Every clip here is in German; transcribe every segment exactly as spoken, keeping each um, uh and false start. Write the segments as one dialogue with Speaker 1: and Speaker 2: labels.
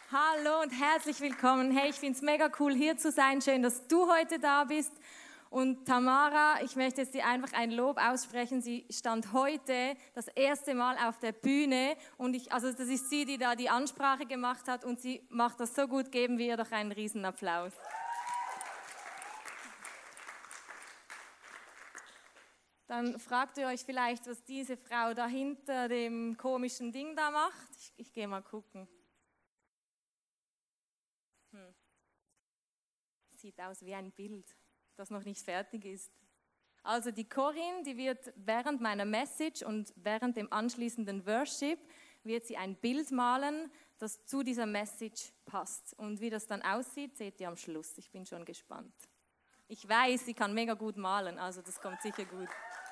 Speaker 1: Hallo und herzlich willkommen. Hey, ich finde es mega cool, hier zu sein. Schön, dass du heute da bist. Und Tamara, ich möchte jetzt dir einfach ein Lob aussprechen. Sie stand heute das erste Mal auf der Bühne. Und ich, also das ist sie, die da die Ansprache gemacht hat. Und sie macht das so gut. Geben wir ihr doch einen riesen Applaus. Dann fragt ihr euch vielleicht, was diese Frau da hinter dem komischen Ding da macht. Ich, ich gehe mal gucken. Hm. Sieht aus wie ein Bild, das noch nicht fertig ist. Also die Corinne, die wird während meiner Message und während dem anschließenden Worship, wird sie ein Bild malen, das zu dieser Message passt. Und wie das dann aussieht, seht ihr am Schluss. Ich bin schon gespannt. Ich weiß, sie kann mega gut malen, also das kommt sicher gut.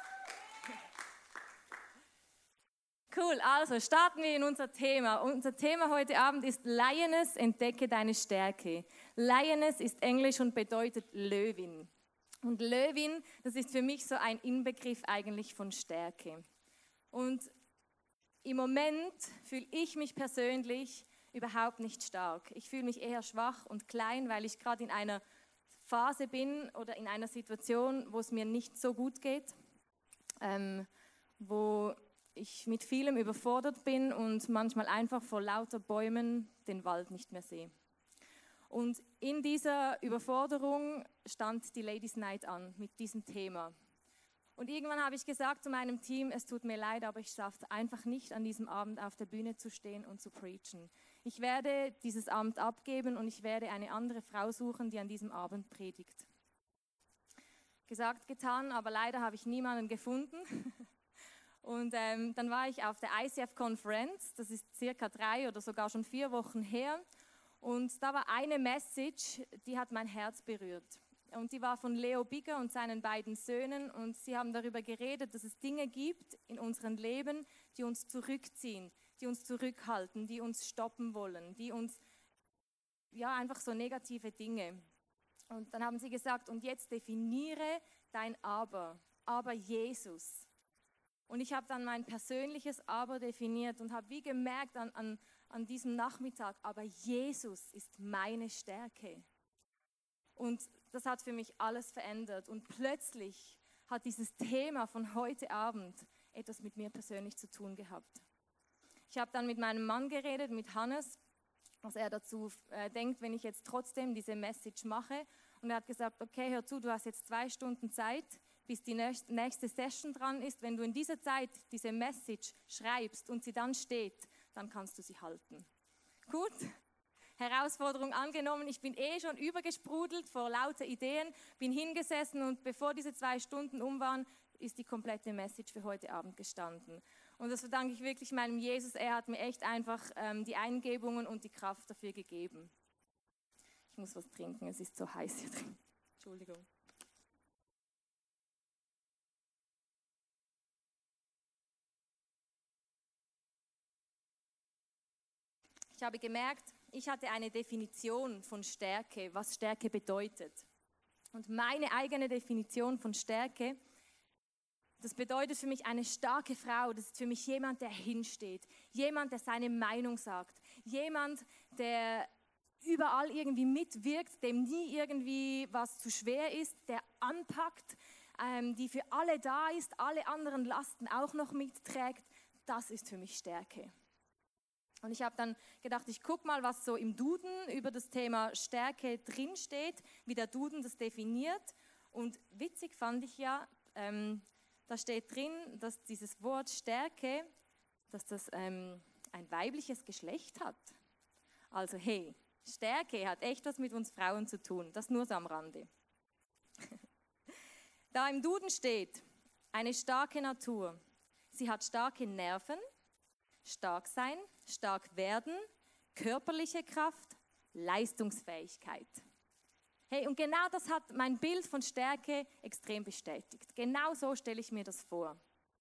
Speaker 1: Cool, also starten wir in unser Thema. Unser Thema heute Abend ist Lioness, entdecke deine Stärke. Lioness ist Englisch und bedeutet Löwin. Und Löwin, das ist für mich so ein Inbegriff eigentlich von Stärke. Und im Moment fühle ich mich persönlich überhaupt nicht stark. Ich fühle mich eher schwach und klein, weil ich gerade in einer Phase bin oder in einer Situation, wo es mir nicht so gut geht, ähm, wo ich mit vielem überfordert bin und manchmal einfach vor lauter Bäumen den Wald nicht mehr sehe. Und in dieser Überforderung stand die Ladies Night an mit diesem Thema. Und irgendwann habe ich gesagt zu meinem Team, es tut mir leid, aber ich schaffe einfach nicht, an diesem Abend auf der Bühne zu stehen und zu preachen. Ich werde dieses Amt abgeben und ich werde eine andere Frau suchen, die an diesem Abend predigt. Gesagt, getan, aber leider habe ich niemanden gefunden. Und ähm, dann war ich auf der I C F-Konferenz, das ist circa drei oder sogar schon vier Wochen her. Und da war eine Message, die hat mein Herz berührt. Und die war von Leo Bigger und seinen beiden Söhnen. Und sie haben darüber geredet, dass es Dinge gibt in unserem Leben, die uns zurückziehen, die uns zurückhalten, die uns stoppen wollen, die uns, ja, einfach so negative Dinge. Und dann haben sie gesagt, und jetzt definiere dein Aber, aber Jesus. Und ich habe dann mein persönliches Aber definiert und habe wie gemerkt an, an, an diesem Nachmittag, aber Jesus ist meine Stärke. Und das hat für mich alles verändert. Und plötzlich hat dieses Thema von heute Abend etwas mit mir persönlich zu tun gehabt. Ich habe dann mit meinem Mann geredet, mit Hannes, was er dazu äh, denkt, wenn ich jetzt trotzdem diese Message mache. Und er hat gesagt, okay, hör zu, du hast jetzt zwei Stunden Zeit, bis die nächste Session dran ist. Wenn du in dieser Zeit diese Message schreibst und sie dann steht, dann kannst du sie halten. Gut, Herausforderung angenommen. Ich bin eh schon übergesprudelt vor lauter Ideen, bin hingesessen und bevor diese zwei Stunden um waren, ist die komplette Message für heute Abend gestanden. Und das verdanke ich wirklich meinem Jesus. Er hat mir echt einfach ähm, die Eingebungen und die Kraft dafür gegeben. Ich muss was trinken, es ist so heiß hier drin. Entschuldigung. Ich habe gemerkt, ich hatte eine Definition von Stärke, was Stärke bedeutet. Und meine eigene Definition von Stärke, das bedeutet für mich eine starke Frau, das ist für mich jemand, der hinsteht, jemand, der seine Meinung sagt, jemand, der überall irgendwie mitwirkt, dem nie irgendwie was zu schwer ist, der anpackt, ähm, die für alle da ist, alle anderen Lasten auch noch mitträgt. Das ist für mich Stärke. Und ich habe dann gedacht, ich gucke mal, was so im Duden über das Thema Stärke drinsteht, wie der Duden das definiert. Und witzig fand ich ja, ähm, da steht drin, dass dieses Wort Stärke, dass das ähm, ein weibliches Geschlecht hat. Also hey, Stärke hat echt was mit uns Frauen zu tun, das nur so am Rande. Da im Duden steht, eine starke Natur. Sie hat starke Nerven, stark sein, stark werden, körperliche Kraft, Leistungsfähigkeit. Hey, und genau das hat mein Bild von Stärke extrem bestätigt. Genau so stelle ich mir das vor.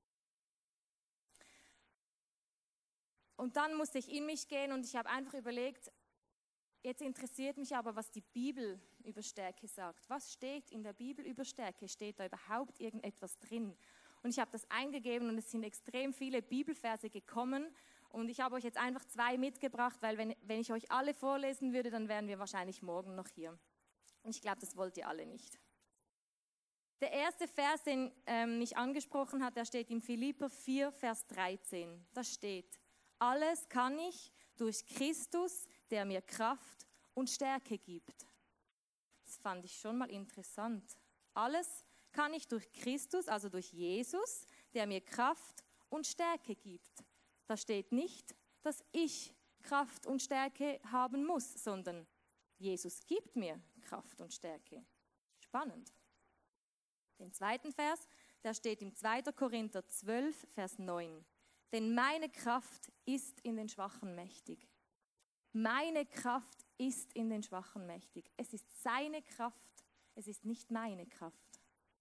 Speaker 1: Und dann musste ich in mich gehen und ich habe einfach überlegt, jetzt interessiert mich aber, was die Bibel über Stärke sagt. Was steht in der Bibel über Stärke? Steht da überhaupt irgendetwas drin? Und ich habe das eingegeben und es sind extrem viele Bibelverse gekommen. Und ich habe euch jetzt einfach zwei mitgebracht, weil wenn, wenn ich euch alle vorlesen würde, dann wären wir wahrscheinlich morgen noch hier. Und ich glaube, das wollt ihr alle nicht. Der erste Vers, den ähm, mich angesprochen hat, der steht in Philipper vier, Vers dreizehn. Da steht: Alles kann ich durch Christus, der mir Kraft und Stärke gibt. Das fand ich schon mal interessant. Alles kann ich durch Christus, also durch Jesus, der mir Kraft und Stärke gibt. Da steht nicht, dass ich Kraft und Stärke haben muss, sondern Jesus gibt mir Kraft und Stärke. Spannend. Den zweiten Vers, der steht im zweiten Korinther zwölf, Vers neun. Denn meine Kraft ist in den Schwachen mächtig. Meine Kraft ist in den Schwachen mächtig. Es ist seine Kraft, es ist nicht meine Kraft.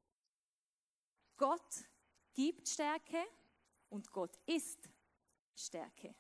Speaker 1: Gott gibt Stärke und Gott ist Stärke.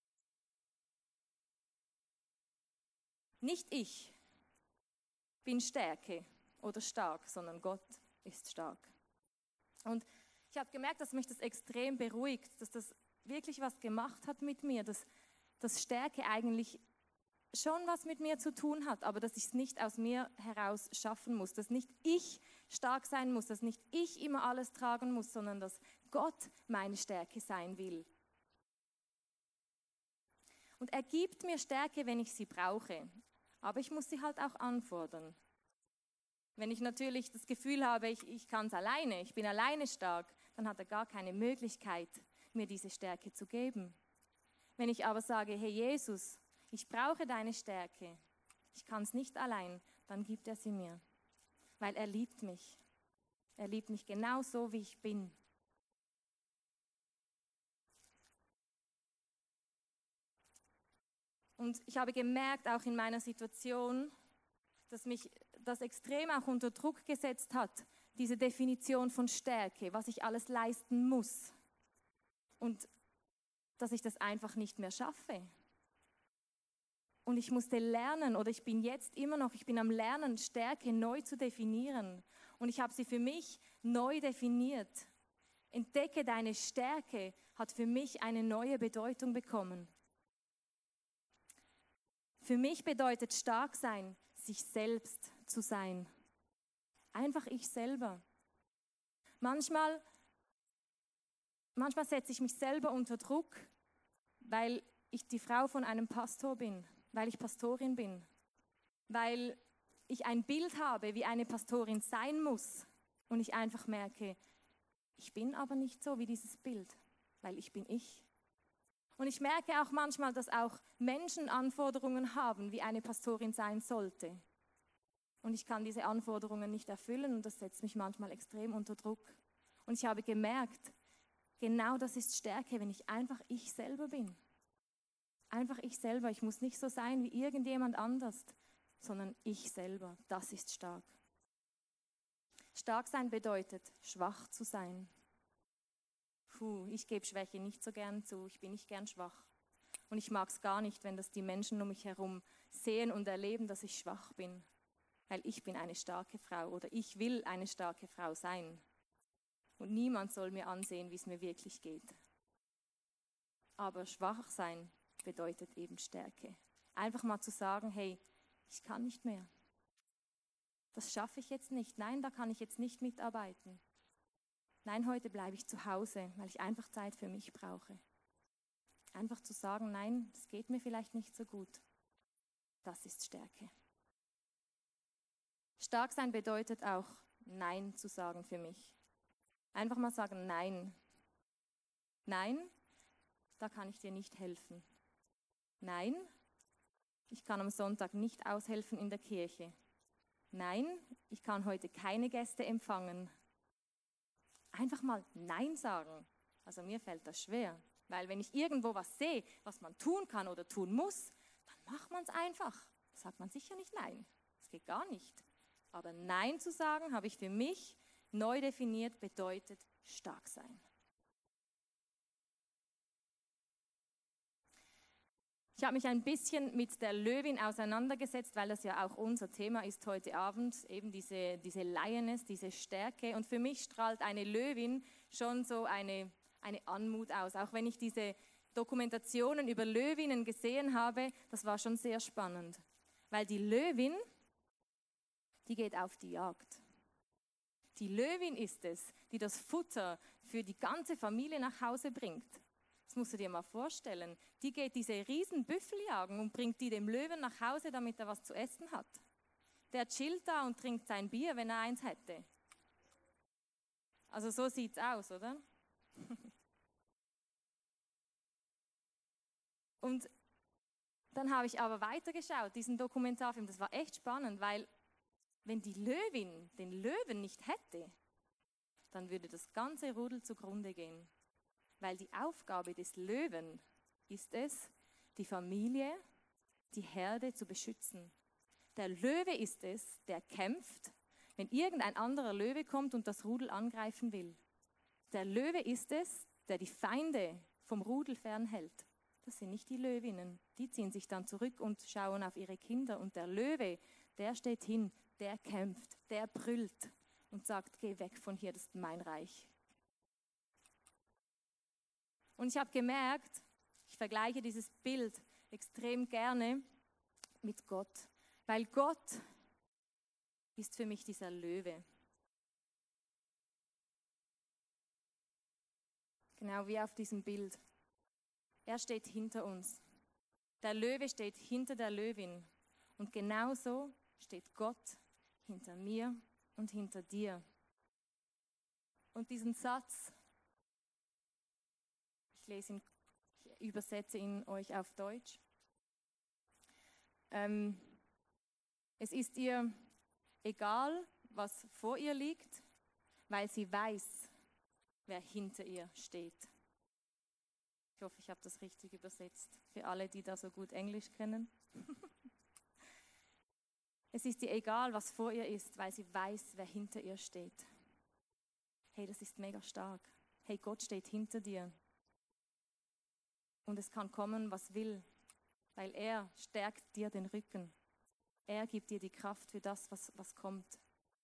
Speaker 1: Nicht ich bin Stärke oder stark, sondern Gott ist stark. Und ich habe gemerkt, dass mich das extrem beruhigt, dass das wirklich was gemacht hat mit mir, dass, dass Stärke eigentlich schon was mit mir zu tun hat, aber dass ich es nicht aus mir heraus schaffen muss, dass nicht ich stark sein muss, dass nicht ich immer alles tragen muss, sondern dass Gott meine Stärke sein will. Und er gibt mir Stärke, wenn ich sie brauche, aber ich muss sie halt auch anfordern. Wenn ich natürlich das Gefühl habe, ich, ich kann es alleine, ich bin alleine stark, dann hat er gar keine Möglichkeit, mir diese Stärke zu geben. Wenn ich aber sage, hey Jesus, ich brauche deine Stärke, ich kann es nicht allein, dann gibt er sie mir, weil er liebt mich. Er liebt mich genau so, wie ich bin. Und ich habe gemerkt, auch in meiner Situation, dass mich das extrem auch unter Druck gesetzt hat, diese Definition von Stärke, was ich alles leisten muss. Und dass ich das einfach nicht mehr schaffe. Und ich musste lernen, oder ich bin jetzt immer noch, ich bin am Lernen, Stärke neu zu definieren. Und ich habe sie für mich neu definiert. Entdecke deine Stärke hat für mich eine neue Bedeutung bekommen. Für mich bedeutet stark sein, sich selbst zu sein. Einfach ich selber. Manchmal, manchmal setze ich mich selber unter Druck, weil ich die Frau von einem Pastor bin, weil ich Pastorin bin, weil ich ein Bild habe, wie eine Pastorin sein muss und ich einfach merke, ich bin aber nicht so wie dieses Bild, weil ich bin ich. Und ich merke auch manchmal, dass auch Menschen Anforderungen haben, wie eine Pastorin sein sollte. Und ich kann diese Anforderungen nicht erfüllen und das setzt mich manchmal extrem unter Druck. Und ich habe gemerkt, genau das ist Stärke, wenn ich einfach ich selber bin. Einfach ich selber. Ich muss nicht so sein wie irgendjemand anders, sondern ich selber. Das ist stark. Stark sein bedeutet, schwach zu sein. Puh, ich gebe Schwäche nicht so gern zu, ich bin nicht gern schwach. Und ich mag es gar nicht, wenn das die Menschen um mich herum sehen und erleben, dass ich schwach bin. Weil ich bin eine starke Frau oder ich will eine starke Frau sein. Und niemand soll mir ansehen, wie es mir wirklich geht. Aber schwach sein bedeutet eben Stärke. Einfach mal zu sagen, hey, ich kann nicht mehr. Das schaffe ich jetzt nicht. Nein, da kann ich jetzt nicht mitarbeiten. Nein, heute bleibe ich zu Hause, weil ich einfach Zeit für mich brauche. Einfach zu sagen, nein, das geht mir vielleicht nicht so gut. Das ist Stärke. Stark sein bedeutet auch, Nein zu sagen für mich. Einfach mal sagen, nein. Nein, da kann ich dir nicht helfen. Nein, ich kann am Sonntag nicht aushelfen in der Kirche. Nein, ich kann heute keine Gäste empfangen. Einfach mal Nein sagen. Also mir fällt das schwer, weil wenn ich irgendwo was sehe, was man tun kann oder tun muss, dann macht man es einfach. Da sagt man sicher nicht Nein. Das geht gar nicht. Aber Nein zu sagen, habe ich für mich neu definiert, bedeutet stark sein. Ich habe mich ein bisschen mit der Löwin auseinandergesetzt, weil das ja auch unser Thema ist heute Abend, eben diese, diese Lioness, diese Stärke. Und für mich strahlt eine Löwin schon so eine, eine Anmut aus. Auch wenn ich diese, Dokumentationen über Löwinnen gesehen habe, das war schon sehr spannend. Weil die Löwin, die geht auf die Jagd. Die Löwin ist es, die das Futter für die ganze Familie nach Hause bringt. Das musst du dir mal vorstellen. Die geht diese riesen Büffel jagen und bringt die dem Löwen nach Hause, damit er was zu essen hat. Der chillt da und trinkt sein Bier, wenn er eins hätte. Also so sieht's aus, oder? Und dann habe ich aber weitergeschaut, diesen Dokumentarfilm. Das war echt spannend, weil wenn die Löwin den Löwen nicht hätte, dann würde das ganze Rudel zugrunde gehen. Weil die Aufgabe des Löwen ist es, die Familie, die Herde zu beschützen. Der Löwe ist es, der kämpft, wenn irgendein anderer Löwe kommt und das Rudel angreifen will. Der Löwe ist es, der die Feinde vom Rudel fernhält. Das sind nicht die Löwinnen. Die ziehen sich dann zurück und schauen auf ihre Kinder. Und der Löwe, der steht hin, der kämpft, der brüllt und sagt, geh weg von hier, das ist mein Reich. Und ich habe gemerkt, ich vergleiche dieses Bild extrem gerne mit Gott, weil Gott ist für mich dieser Löwe. Genau wie auf diesem Bild. Er steht hinter uns. Der Löwe steht hinter der Löwin. Und genauso steht Gott hinter mir und hinter dir. Und diesen Satz, ich lese ihn, ich übersetze ihn euch auf Deutsch. Ähm, es ist ihr egal, was vor ihr liegt, weil sie weiß, wer hinter ihr steht. Ich hoffe, ich habe das richtig übersetzt, für alle, die da so gut Englisch kennen. Es ist ihr egal, was vor ihr ist, weil sie weiß, wer hinter ihr steht. Hey, das ist mega stark. Hey, Gott steht hinter dir. Und es kann kommen, was will, weil er stärkt dir den Rücken. Er gibt dir die Kraft für das, was, was kommt.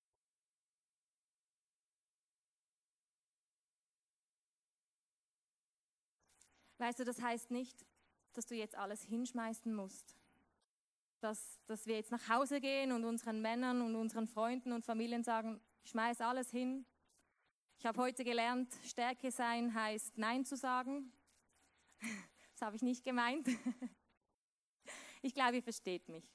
Speaker 1: Weißt du, das heißt nicht, dass du jetzt alles hinschmeißen musst. Dass, dass wir jetzt nach Hause gehen und unseren Männern und unseren Freunden und Familien sagen, schmeiß alles hin. Ich habe heute gelernt, Stärke sein heißt Nein zu sagen. Das habe ich nicht gemeint. Ich glaube, ihr versteht mich.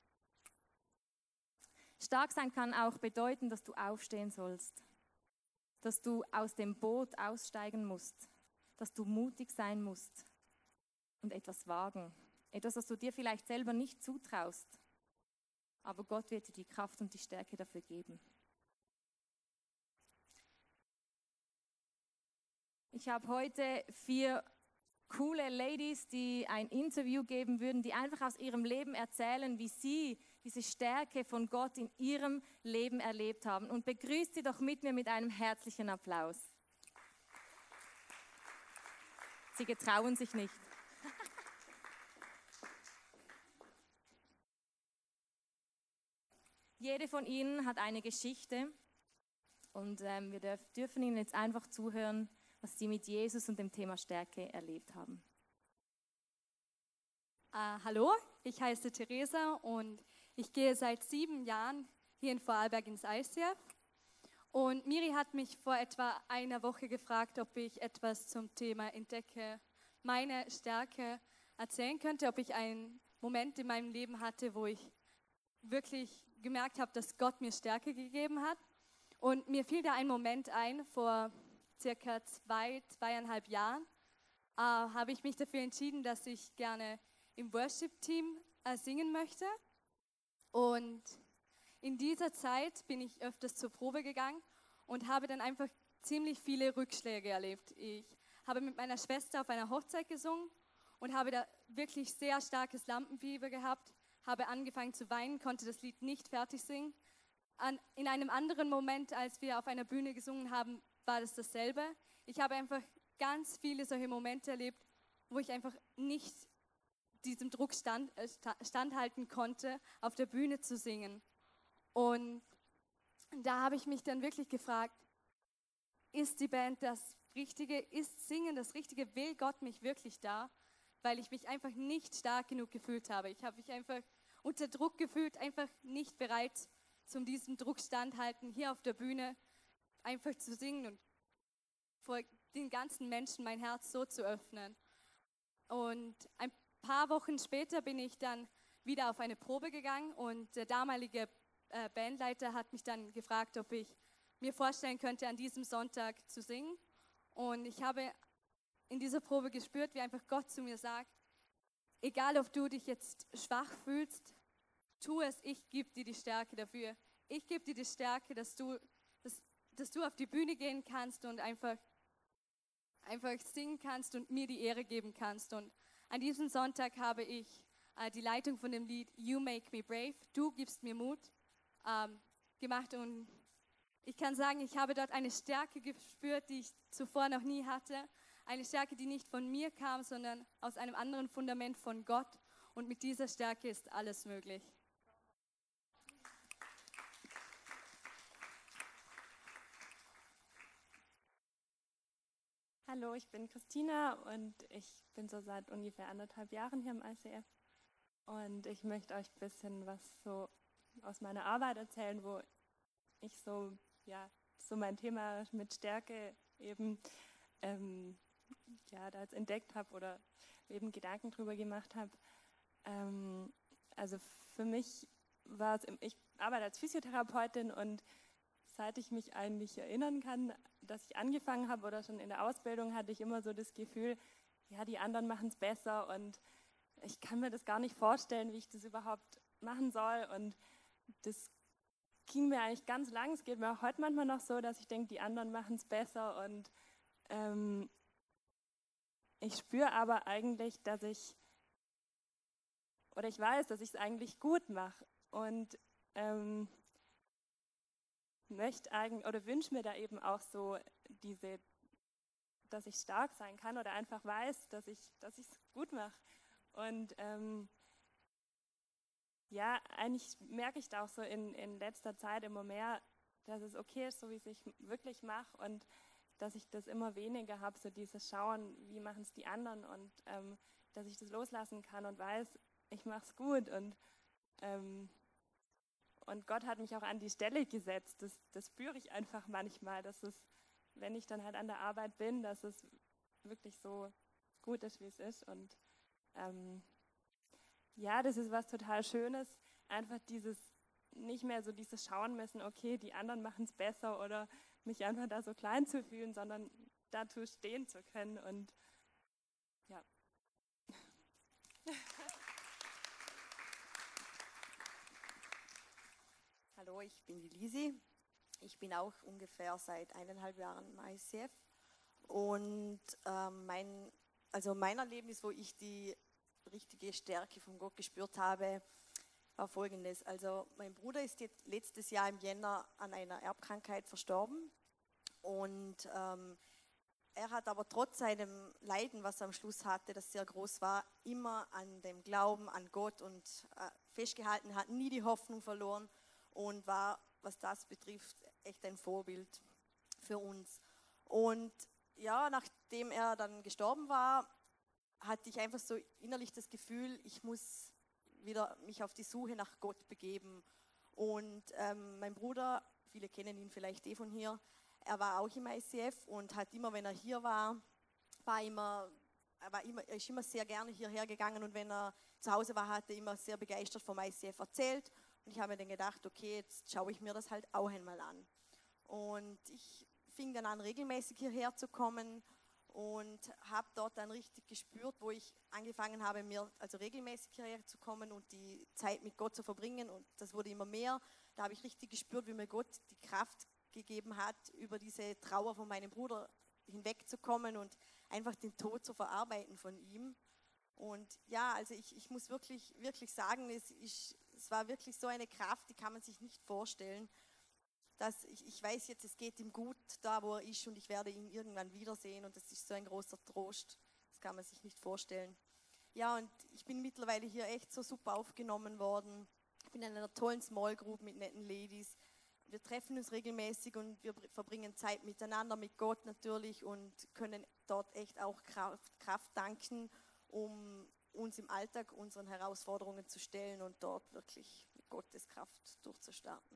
Speaker 1: Stark sein kann auch bedeuten, dass du aufstehen sollst. Dass du aus dem Boot aussteigen musst. Dass du mutig sein musst und etwas wagen. Etwas, das du dir vielleicht selber nicht zutraust. Aber Gott wird dir die Kraft und die Stärke dafür geben. Ich habe heute vier coole Ladies, die ein Interview geben würden, die einfach aus ihrem Leben erzählen, wie sie diese Stärke von Gott in ihrem Leben erlebt haben. Und begrüßt sie doch mit mir mit einem herzlichen Applaus. Sie getrauen sich nicht. Jede von ihnen hat eine Geschichte und ähm, wir dürf, dürfen ihnen jetzt einfach zuhören, was sie mit Jesus und dem Thema Stärke erlebt haben.
Speaker 2: Uh, hallo, ich heiße Theresa und ich gehe seit sieben Jahren hier in Vorarlberg ins I C F. Und Miri hat mich vor etwa einer Woche gefragt, ob ich etwas zum Thema Entdecke meine Stärke erzählen könnte, ob ich einen Moment in meinem Leben hatte, wo ich wirklich gemerkt habe, dass Gott mir Stärke gegeben hat. Und mir fiel da ein Moment ein, vor circa zwei, zweieinhalb Jahren, äh, habe ich mich dafür entschieden, dass ich gerne im Worship-Team äh, singen möchte. Und in dieser Zeit bin ich öfters zur Probe gegangen und habe dann einfach ziemlich viele Rückschläge erlebt. Ich habe mit meiner Schwester auf einer Hochzeit gesungen und habe da wirklich sehr starkes Lampenfieber gehabt, habe angefangen zu weinen, konnte das Lied nicht fertig singen. An, in einem anderen Moment, als wir auf einer Bühne gesungen haben, war das dasselbe. Ich habe einfach ganz viele solche Momente erlebt, wo ich einfach nicht diesem Druck stand, äh, standhalten konnte, auf der Bühne zu singen. Und da habe ich mich dann wirklich gefragt, ist die Band das Richtige, ist Singen das Richtige, will Gott mich wirklich da? weil ich mich einfach nicht stark genug gefühlt habe. Ich habe mich einfach unter Druck gefühlt, einfach nicht bereit, zum diesem Druck standhalten, hier auf der Bühne einfach zu singen und vor den ganzen Menschen mein Herz so zu öffnen. Und ein paar Wochen später bin ich dann wieder auf eine Probe gegangen und der damalige äh, Bandleiter hat mich dann gefragt, ob ich mir vorstellen könnte, an diesem Sonntag zu singen. Und ich habe in dieser Probe gespürt, wie einfach Gott zu mir sagt, egal ob du dich jetzt schwach fühlst, tu es, ich gebe dir die Stärke dafür. Ich gebe dir die Stärke, dass du, dass, dass du auf die Bühne gehen kannst und einfach, einfach singen kannst und mir die Ehre geben kannst. Und an diesem Sonntag habe ich äh, die Leitung von dem Lied You Make Me Brave, du gibst mir Mut, ähm, gemacht. Und ich kann sagen, ich habe dort eine Stärke gespürt, die ich zuvor noch nie hatte. Eine Stärke, die nicht von mir kam, sondern aus einem anderen Fundament von Gott. Und mit dieser Stärke ist alles möglich.
Speaker 3: Hallo, ich bin Christina und ich bin so seit ungefähr anderthalb Jahren hier im I C F. Und ich möchte euch ein bisschen was so aus meiner Arbeit erzählen, wo ich so, ja, so mein Thema mit Stärke eben ähm, ja, da jetzt entdeckt habe oder eben Gedanken drüber gemacht habe. Ähm, also für mich war es, ich arbeite als Physiotherapeutin und seit ich mich eigentlich erinnern kann, dass ich angefangen habe oder schon in der Ausbildung, hatte ich immer so das Gefühl, ja, die anderen machen es besser und ich kann mir das gar nicht vorstellen, wie ich das überhaupt machen soll. Und das ging mir eigentlich ganz lang. Es geht mir auch heute manchmal noch so, dass ich denke, die anderen machen es besser. Und ähm, ich spüre aber eigentlich, dass ich, oder ich weiß, dass ich es eigentlich gut mache. Und ähm, möchte eigentlich oder wünsche mir da eben auch so diese, dass ich stark sein kann oder einfach weiß, dass ich dass ich es gut mache. Und ähm, ja, eigentlich merke ich da auch so in, in letzter Zeit immer mehr, dass es okay ist, so wie es ich wirklich mache und dass ich das immer weniger habe, so dieses Schauen, wie machen es die anderen und ähm, dass ich das loslassen kann und weiß, ich mache es gut und ähm, Und Gott hat mich auch an die Stelle gesetzt. Das, das spüre ich einfach manchmal, dass es, wenn ich dann halt an der Arbeit bin, dass es wirklich so gut ist, wie es ist. Und ähm, ja, das ist was total Schönes. Einfach dieses, nicht mehr so dieses Schauen müssen, okay, die anderen machen es besser oder mich einfach da so klein zu fühlen, sondern dazu stehen zu können. Und ja.
Speaker 4: Hallo, ich bin die Lisi. Ich bin auch ungefähr seit eineinhalb Jahren im I C F. Und ähm, mein, also mein Erlebnis, wo ich die richtige Stärke von Gott gespürt habe, war folgendes. Also mein Bruder ist jetzt letztes Jahr im Jänner an einer Erbkrankheit verstorben. Und ähm, er hat aber trotz seinem Leiden, was er am Schluss hatte, das sehr groß war, immer an dem Glauben an Gott und äh, festgehalten, hat nie die Hoffnung verloren. Und war, was das betrifft, echt ein Vorbild für uns. Und ja, nachdem er dann gestorben war, hatte ich einfach so innerlich das Gefühl, ich muss wieder mich auf die Suche nach Gott begeben. Und ähm, mein Bruder, viele kennen ihn vielleicht eh von hier, er war auch im I C F und hat immer, wenn er hier war, war immer, er, war immer, er ist immer sehr gerne hierher gegangen und wenn er zu Hause war, hat er immer sehr begeistert vom I C F erzählt. Und ich habe mir dann gedacht, okay, jetzt schaue ich mir das halt auch einmal an. Und ich fing dann an, regelmäßig hierher zu kommen und habe dort dann richtig gespürt, wo ich angefangen habe, mir also regelmäßig hierher zu kommen und die Zeit mit Gott zu verbringen. Und das wurde immer mehr. Da habe ich richtig gespürt, wie mir Gott die Kraft gegeben hat, über diese Trauer von meinem Bruder hinwegzukommen und einfach den Tod zu verarbeiten von ihm. Und ja, also ich, ich muss wirklich, wirklich sagen, es, ist, es war wirklich so eine Kraft, die kann man sich nicht vorstellen. Dass ich, ich weiß jetzt, es geht ihm gut da, wo er ist und ich werde ihn irgendwann wiedersehen und das ist so ein großer Trost, das kann man sich nicht vorstellen. Ja, und ich bin mittlerweile hier echt so super aufgenommen worden. Ich bin in einer tollen Small Group mit netten Ladies. Wir treffen uns regelmäßig und wir verbringen Zeit miteinander, mit Gott natürlich und können dort echt auch Kraft, Kraft tanken. um uns im Alltag unseren Herausforderungen zu stellen und dort wirklich mit Gottes Kraft durchzustarten.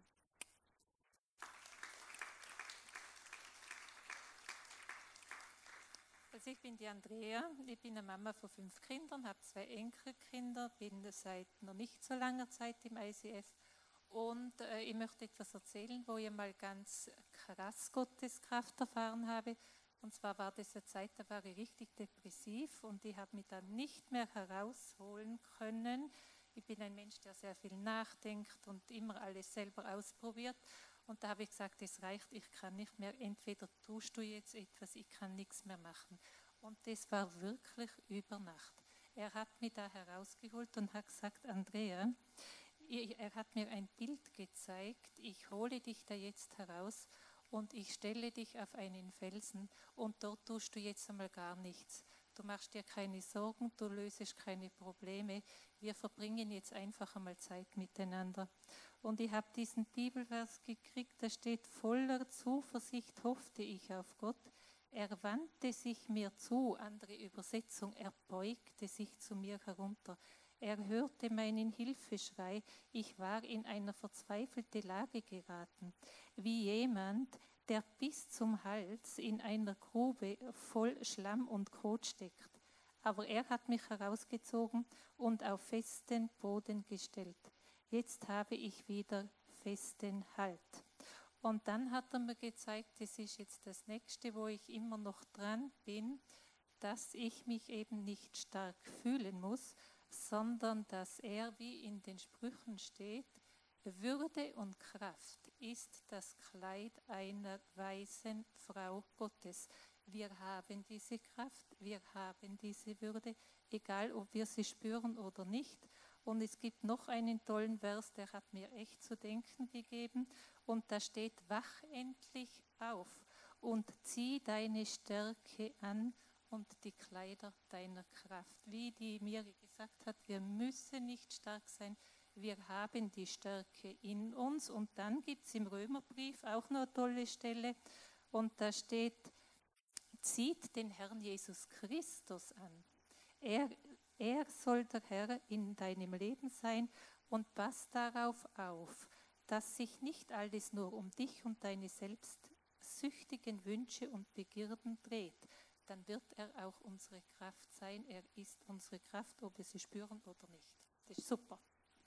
Speaker 5: Also ich bin die Andrea, ich bin eine Mama von fünf Kindern, habe zwei Enkelkinder, bin seit noch nicht so langer Zeit im I C F und äh, ich möchte etwas erzählen, wo ich mal ganz krass Gottes Kraft erfahren habe. Und zwar war das eine Zeit, da war ich richtig depressiv und ich habe mich dann nicht mehr herausholen können. Ich bin ein Mensch, der sehr viel nachdenkt und immer alles selber ausprobiert. Und da habe ich gesagt, es reicht, ich kann nicht mehr, entweder tust du jetzt etwas, ich kann nichts mehr machen. Und das war wirklich über Nacht. Er hat mich da herausgeholt und hat gesagt, Andrea, er hat mir ein Bild gezeigt, ich hole dich da jetzt heraus und ich stelle dich auf einen Felsen und dort tust du jetzt einmal gar nichts. Du machst dir keine Sorgen, du löst keine Probleme. Wir verbringen jetzt einfach einmal Zeit miteinander. Und ich habe diesen Bibelvers gekriegt, da steht, voller Zuversicht hoffte ich auf Gott. Er wandte sich mir zu, andere Übersetzung, er beugte sich zu mir herunter. Er hörte meinen Hilfeschrei, ich war in eine verzweifelte Lage geraten, wie jemand, der bis zum Hals in einer Grube voll Schlamm und Kot steckt. Aber er hat mich herausgezogen und auf festen Boden gestellt. Jetzt habe ich wieder festen Halt. Und dann hat er mir gezeigt, das ist jetzt das Nächste, wo ich immer noch dran bin, dass ich mich eben nicht stark fühlen muss, sondern dass er, wie in den Sprüchen steht, Würde und Kraft ist das Kleid einer weisen Frau Gottes. Wir haben diese Kraft, wir haben diese Würde, egal ob wir sie spüren oder nicht. Und es gibt noch einen tollen Vers, der hat mir echt zu denken gegeben. Und da steht, wach endlich auf und zieh deine Stärke an und die Kleider deiner Kraft. Wie die Miri gesagt hat, wir müssen nicht stark sein, wir haben die Stärke in uns. Und dann gibt es im Römerbrief auch noch eine tolle Stelle und da steht, zieht den Herrn Jesus Christus an. Er, er soll der Herr in deinem Leben sein und pass darauf auf, dass sich nicht alles nur um dich und deine selbstsüchtigen Wünsche und Begierden dreht. Dann wird er auch unsere Kraft sein. Er ist unsere Kraft, ob wir sie spüren oder nicht. Das ist super.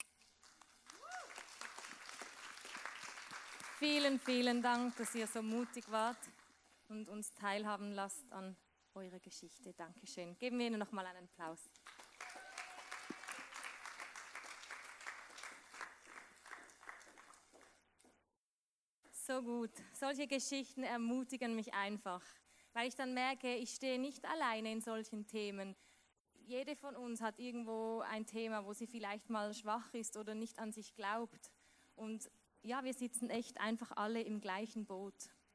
Speaker 1: Vielen, vielen Dank, dass ihr so mutig wart und uns teilhaben lasst an eurer Geschichte. Dankeschön. Geben wir Ihnen noch mal einen Applaus. So gut. Solche Geschichten ermutigen mich einfach, weil ich dann merke, ich stehe nicht alleine in solchen Themen. Jede von uns hat irgendwo ein Thema, wo sie vielleicht mal schwach ist oder nicht an sich glaubt. Und ja, wir sitzen echt einfach alle im gleichen Boot.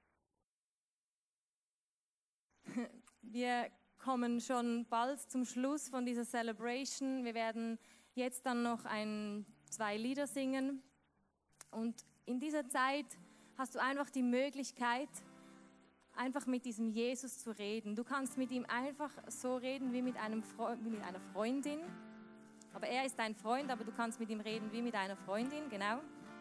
Speaker 1: Wir kommen schon bald zum Schluss von dieser Celebration. Wir werden jetzt dann noch ein, zwei Lieder singen. Und in dieser Zeit hast du einfach die Möglichkeit, einfach mit diesem Jesus zu reden. Du kannst mit ihm einfach so reden wie mit, einem Fre- wie mit einer Freundin. Aber er ist dein Freund, aber du kannst mit ihm reden wie mit einer Freundin, genau.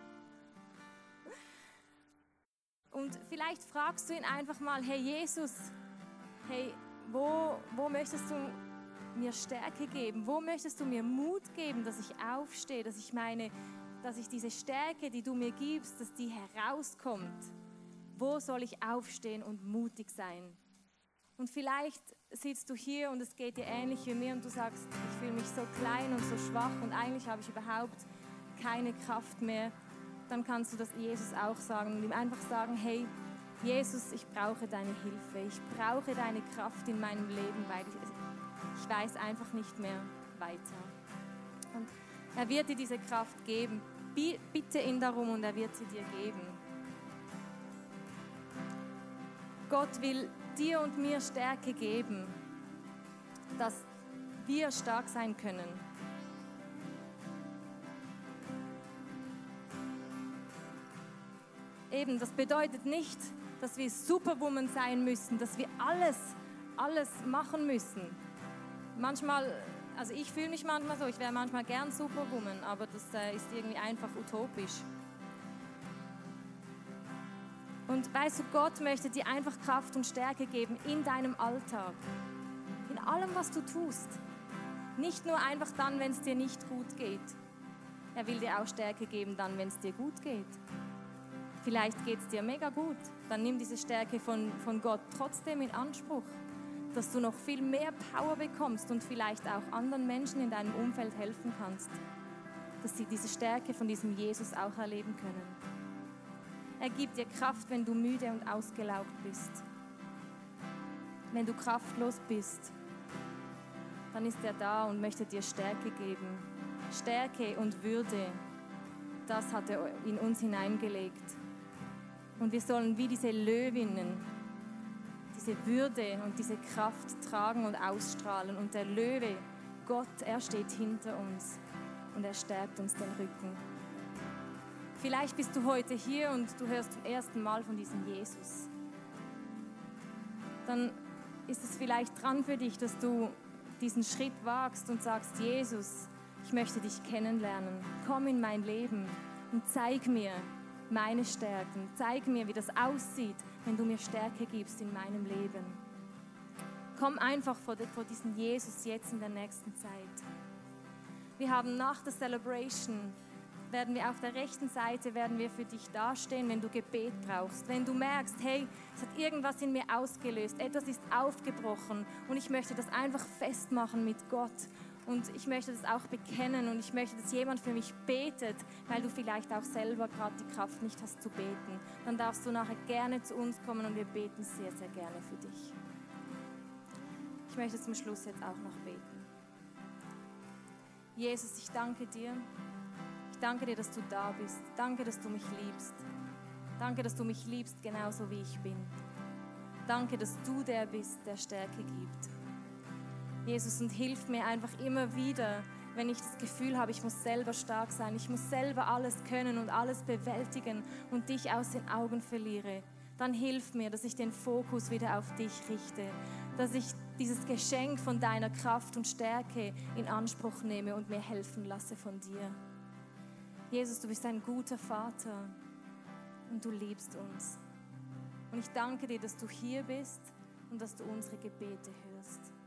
Speaker 1: Und vielleicht fragst du ihn einfach mal, hey Jesus, hey, wo, wo möchtest du mir Stärke geben? Wo möchtest du mir Mut geben, dass ich aufstehe, dass ich meine, dass ich diese Stärke, die du mir gibst, dass die herauskommt? Wo soll ich aufstehen und mutig sein? Und vielleicht sitzt du hier und es geht dir ähnlich wie mir und du sagst, ich fühle mich so klein und so schwach und eigentlich habe ich überhaupt keine Kraft mehr. Dann kannst du das Jesus auch sagen und ihm einfach sagen, hey, Jesus, ich brauche deine Hilfe, ich brauche deine Kraft in meinem Leben, weil ich, ich weiß einfach nicht mehr weiter. Und er wird dir diese Kraft geben. Bitte ihn darum und er wird sie dir geben. Gott will dir und mir Stärke geben, dass wir stark sein können. Eben, das bedeutet nicht, dass wir Superwoman sein müssen, dass wir alles, alles machen müssen. manchmal, also ich fühle mich manchmal so, ich wäre manchmal gern Superwoman, aber das äh, ist irgendwie einfach utopisch. Und weißt du, Gott möchte dir einfach Kraft und Stärke geben in deinem Alltag, in allem, was du tust. Nicht nur einfach dann, wenn es dir nicht gut geht. Er will dir auch Stärke geben dann, wenn es dir gut geht. Vielleicht geht es dir mega gut, dann nimm diese Stärke von, von Gott trotzdem in Anspruch, dass du noch viel mehr Power bekommst und vielleicht auch anderen Menschen in deinem Umfeld helfen kannst, dass sie diese Stärke von diesem Jesus auch erleben können. Er gibt dir Kraft, wenn du müde und ausgelaugt bist. Wenn du kraftlos bist, dann ist er da und möchte dir Stärke geben. Stärke und Würde, das hat er in uns hineingelegt. Und wir sollen wie diese Löwinnen diese Würde und diese Kraft tragen und ausstrahlen. Und der Löwe, Gott, er steht hinter uns und er stärkt uns den Rücken. Vielleicht bist du heute hier und du hörst zum ersten Mal von diesem Jesus. Dann ist es vielleicht dran für dich, dass du diesen Schritt wagst und sagst, Jesus, ich möchte dich kennenlernen. Komm in mein Leben und zeig mir meine Stärken. Zeig mir, wie das aussieht, wenn du mir Stärke gibst in meinem Leben. Komm einfach vor, vor diesen Jesus jetzt in der nächsten Zeit. Wir haben nach der Celebration werden wir auf der rechten Seite werden wir für dich dastehen, wenn du Gebet brauchst. Wenn du merkst, hey, es hat irgendwas in mir ausgelöst, etwas ist aufgebrochen und ich möchte das einfach festmachen mit Gott. Und ich möchte das auch bekennen und ich möchte, dass jemand für mich betet, weil du vielleicht auch selber gerade die Kraft nicht hast zu beten. Dann darfst du nachher gerne zu uns kommen und wir beten sehr, sehr gerne für dich. Ich möchte zum Schluss jetzt auch noch beten. Jesus, ich danke dir. Ich danke dir, dass du da bist. Danke, dass du mich liebst. Danke, dass du mich liebst, genauso wie ich bin. Danke, dass du der bist, der Stärke gibt. Jesus, und hilf mir einfach immer wieder, wenn ich das Gefühl habe, ich muss selber stark sein, ich muss selber alles können und alles bewältigen und dich aus den Augen verliere, dann hilf mir, dass ich den Fokus wieder auf dich richte, dass ich dieses Geschenk von deiner Kraft und Stärke in Anspruch nehme und mir helfen lasse von dir. Jesus, du bist ein guter Vater und du liebst uns. Und ich danke dir, dass du hier bist und dass du unsere Gebete hörst.